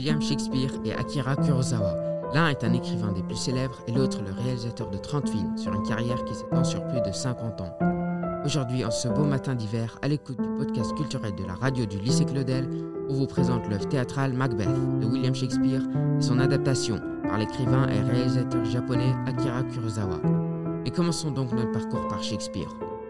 William Shakespeare et Akira Kurosawa. L'un est un écrivain des plus célèbres et l'autre le réalisateur de 30 films sur une carrière qui s'étend sur plus de 50 ans. Aujourd'hui, en ce beau matin d'hiver, à l'écoute du podcast culturel de la radio du lycée Claudel, on vous présente l'œuvre théâtrale Macbeth de William Shakespeare et son adaptation par l'écrivain et réalisateur japonais Akira Kurosawa. Mais commençons donc notre parcours par Shakespeare.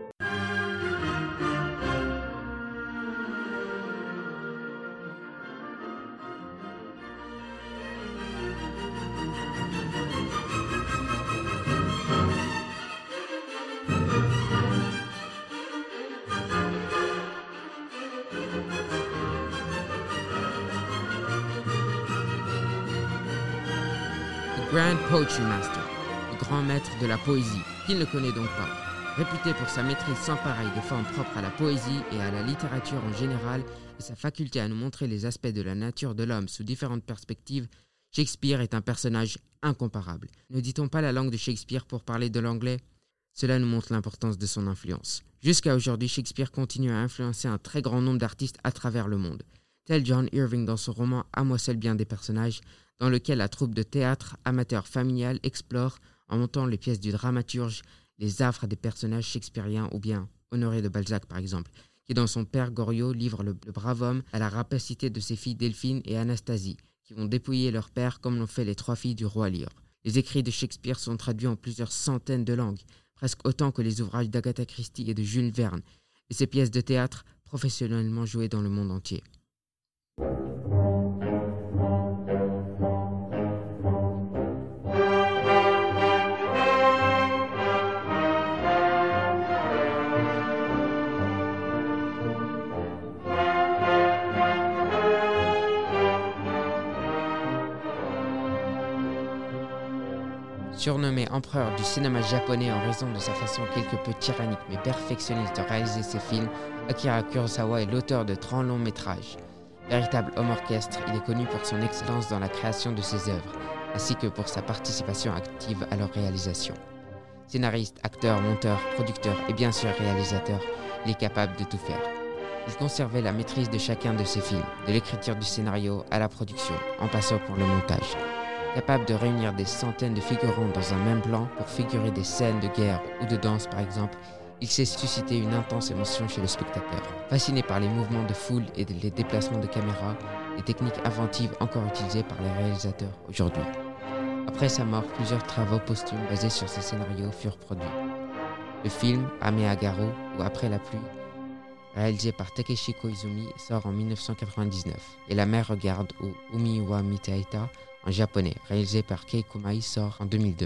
Grand Poetry Master, le grand maître de la poésie, qui ne le connaît donc pas. Réputé pour sa maîtrise sans pareil des formes propres à la poésie et à la littérature en général et sa faculté à nous montrer les aspects de la nature de l'homme sous différentes perspectives, Shakespeare est un personnage incomparable. Ne dit-on pas la langue de Shakespeare pour parler de l'anglais ? Cela nous montre l'importance de son influence. Jusqu'à aujourd'hui, Shakespeare continue à influencer un très grand nombre d'artistes à travers le monde. Tel John Irving dans son roman « À moi seul bien des personnages », dans lequel la troupe de théâtre amateur familial explore, en montant les pièces du dramaturge, les affres des personnages shakespeariens, ou bien Honoré de Balzac par exemple, qui dans son Père Goriot livre le brave homme à la rapacité de ses filles Delphine et Anastasie, qui vont dépouiller leur père comme l'ont fait les 3 filles du roi Lear. Les écrits de Shakespeare sont traduits en plusieurs centaines de langues, presque autant que les ouvrages d'Agatha Christie et de Jules Verne, et ses pièces de théâtre professionnellement jouées dans le monde entier. Surnommé empereur du cinéma japonais en raison de sa façon quelque peu tyrannique mais perfectionniste de réaliser ses films, Akira Kurosawa est l'auteur de 30 longs métrages. Véritable homme orchestre, il est connu pour son excellence dans la création de ses œuvres, ainsi que pour sa participation active à leur réalisation. Scénariste, acteur, monteur, producteur et bien sûr réalisateur, il est capable de tout faire. Il conservait la maîtrise de chacun de ses films, de l'écriture du scénario à la production, en passant pour le montage. Capable de réunir des centaines de figurants dans un même plan pour figurer des scènes de guerre ou de danse par exemple, il sait susciter une intense émotion chez le spectateur. Fasciné par les mouvements de foule et les déplacements de caméra, des techniques inventives encore utilisées par les réalisateurs aujourd'hui. Après sa mort, plusieurs travaux posthumes basés sur ses scénarios furent produits. Le film Ame Agaru ou Après la pluie, réalisé par Takeshi Koizumi, sort en 1999, et La mer regarde ou Umi wa Mitaita en japonais, réalisé par Kei Kumai, sort en 2002.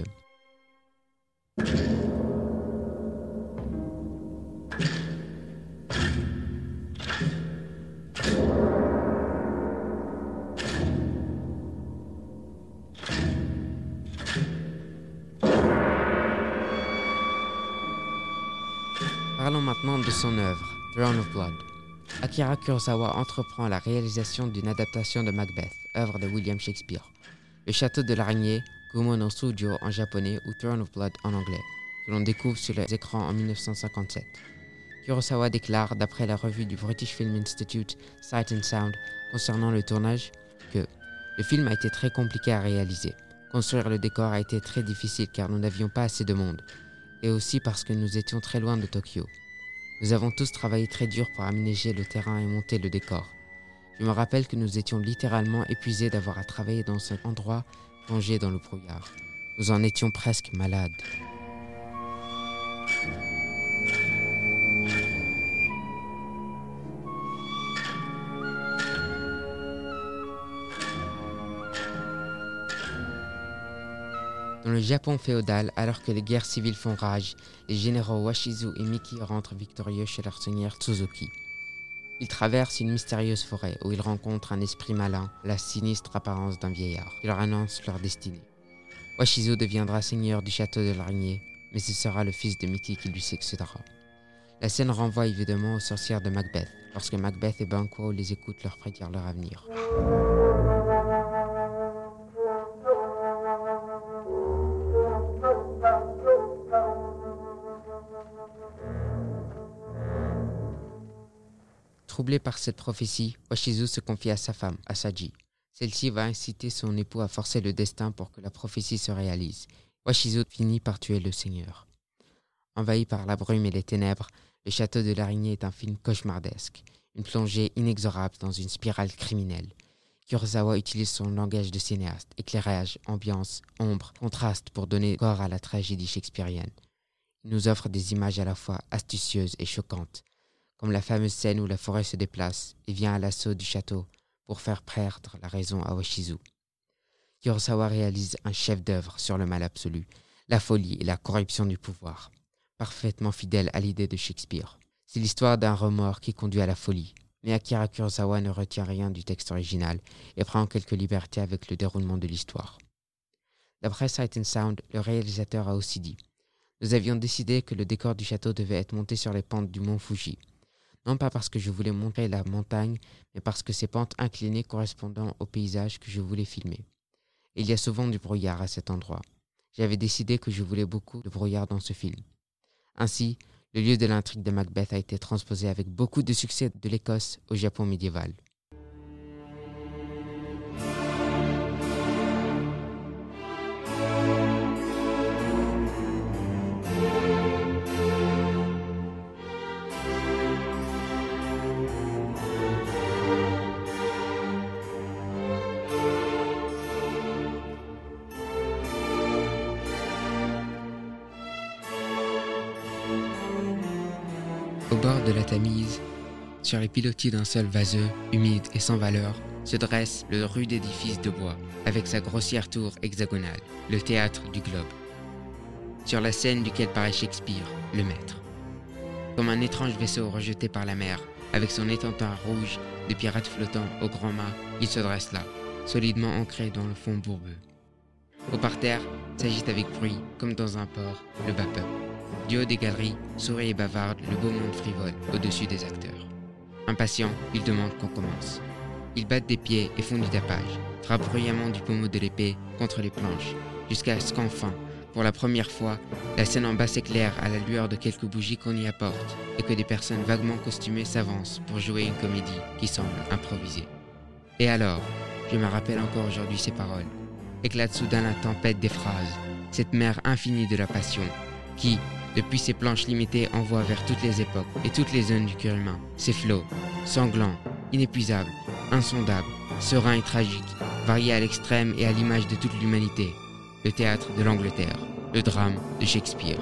Parlons maintenant de son œuvre, Throne of Blood. Akira Kurosawa entreprend la réalisation d'une adaptation de Macbeth, œuvre de William Shakespeare. Le château de l'araignée, Kumo no Sujo en japonais ou Throne of Blood en anglais, que l'on découvre sur les écrans en 1957. Kurosawa déclare, d'après la revue du British Film Institute Sight and Sound concernant le tournage, que le film a été très compliqué à réaliser. Construire le décor a été très difficile car nous n'avions pas assez de monde, et aussi parce que nous étions très loin de Tokyo. Nous avons tous travaillé très dur pour aménager le terrain et monter le décor. Je me rappelle que nous étions littéralement épuisés d'avoir à travailler dans cet endroit plongé dans le brouillard. Nous en étions presque malades. Dans le Japon féodal, alors que les guerres civiles font rage, les généraux Washizu et Miki rentrent victorieux chez leur seigneur Tsuzuki. Ils traversent une mystérieuse forêt où ils rencontrent un esprit malin, la sinistre apparence d'un vieillard, qui leur annonce leur destinée. Washizu deviendra seigneur du château de l'araignée, mais ce sera le fils de Miki qui lui succédera. La scène renvoie évidemment aux sorcières de Macbeth, lorsque Macbeth et Banquo les écoutent leur prédire leur avenir. Troublé par cette prophétie, Washizu se confie à sa femme, Asaji. Celle-ci va inciter son époux à forcer le destin pour que la prophétie se réalise. Washizu finit par tuer le seigneur. Envahi par la brume et les ténèbres, Le château de l'araignée est un film cauchemardesque, une plongée inexorable dans une spirale criminelle. Kurosawa utilise son langage de cinéaste, éclairage, ambiance, ombre, contraste pour donner corps à la tragédie shakespearienne. Il nous offre des images à la fois astucieuses et choquantes, comme la fameuse scène où la forêt se déplace et vient à l'assaut du château pour faire perdre la raison à Washizu. Kurosawa réalise un chef-d'œuvre sur le mal absolu, la folie et la corruption du pouvoir, parfaitement fidèle à l'idée de Shakespeare. C'est l'histoire d'un remords qui conduit à la folie, mais Akira Kurosawa ne retient rien du texte original et prend quelques libertés avec le déroulement de l'histoire. D'après Sight and Sound, le réalisateur a aussi dit « Nous avions décidé que le décor du château devait être monté sur les pentes du mont Fuji. Non pas parce que je voulais montrer la montagne, mais parce que ces pentes inclinées correspondant au paysage que je voulais filmer. Et il y a souvent du brouillard à cet endroit. J'avais décidé que je voulais beaucoup de brouillard dans ce film. Ainsi, le lieu de l'intrigue de Macbeth a été transposé avec beaucoup de succès de l'Écosse au Japon médiéval. Au bord de la Tamise, sur les pilotis d'un sol vaseux, humide et sans valeur, se dresse le rude édifice de bois, avec sa grossière tour hexagonale, le théâtre du globe. Sur la scène duquel paraît Shakespeare, le maître. Comme un étrange vaisseau rejeté par la mer, avec son étendard rouge de pirates flottants au grand mât, il se dresse là, solidement ancré dans le fond bourbeux. Au parterre s'agite avec bruit, comme dans un port, le bas peuple. Du haut des galeries, sourit et bavarde le beau monde frivole au-dessus des acteurs. Impatient, ils demandent qu'on commence. Ils battent des pieds et font du tapage, frappent bruyamment du pommeau de l'épée contre les planches, jusqu'à ce qu'enfin, pour la première fois, la scène en bas s'éclaire à la lueur de quelques bougies qu'on y apporte et que des personnes vaguement costumées s'avancent pour jouer une comédie qui semble improvisée. Et alors, je me rappelle encore aujourd'hui ces paroles. Éclate soudain la tempête des phrases, cette mer infinie de la passion, qui, depuis ses planches limitées, envoie vers toutes les époques et toutes les zones du cœur humain, ses flots, sanglants, inépuisables, insondables, sereins et tragiques, variés à l'extrême et à l'image de toute l'humanité, le théâtre de l'Angleterre, le drame de Shakespeare.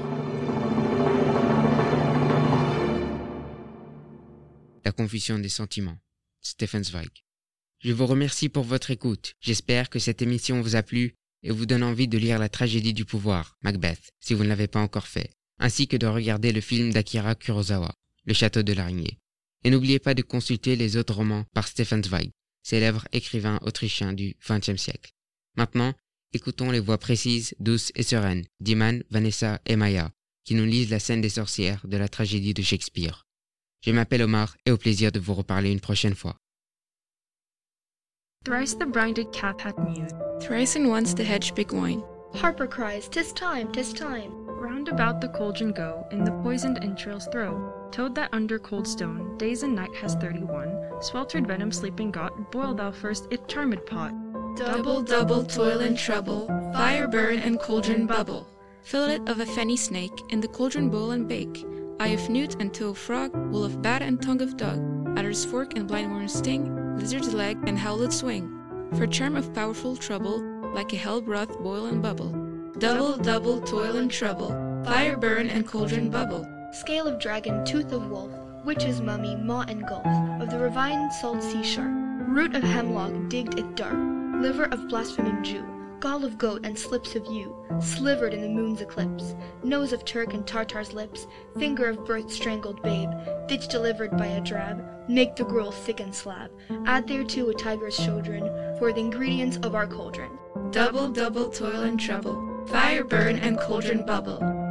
La confusion des sentiments, Stefan Zweig. Je vous remercie pour votre écoute. J'espère que cette émission vous a plu et vous donne envie de lire la tragédie du pouvoir, Macbeth, si vous ne l'avez pas encore fait, ainsi que de regarder le film d'Akira Kurosawa, Le château de l'araignée. Et n'oubliez pas de consulter les autres romans par Stefan Zweig, célèbre écrivain autrichien du XXe siècle. Maintenant, écoutons les voix précises, douces et sereines d'Iman, Vanessa et Maya, qui nous lisent la scène des sorcières de la tragédie de Shakespeare. Je m'appelle Omar et au plaisir de vous reparler une prochaine fois. Thrice the brinded calf hath mewed. Thrice and once the hedge spake wine. Harper cries, 'Tis time, 'tis time. Round about the cauldron go, in the poisoned entrails throw. Toad that under cold stone, days and night has 31. Sweltered venom sleeping got, boil thou first it charmed pot. Double, double toil and trouble, fire burn and cauldron bubble. Fillet of a fenny snake, in the cauldron boil and bake. Eye of newt and toe of frog, wool of bat and tongue of dog. Adder's fork and blindworm's sting, lizard's leg and howlet's swing. For charm of powerful trouble, like a hell broth boil and bubble. Double, double toil and trouble, fire burn and cauldron bubble. Scale of dragon, tooth of wolf, witch's mummy, maw and gulf, of the ravine salt sea shark, root of hemlock digged it dark, liver of blaspheming Jew, gall of goat and slips of yew, slivered in the moon's eclipse, nose of Turk and Tartar's lips, finger of birth strangled babe, ditch delivered by a drab, make the gruel thick and slab, add thereto a tiger's children, for the ingredients of our cauldron. Double, double toil and trouble, fire burn and cauldron bubble.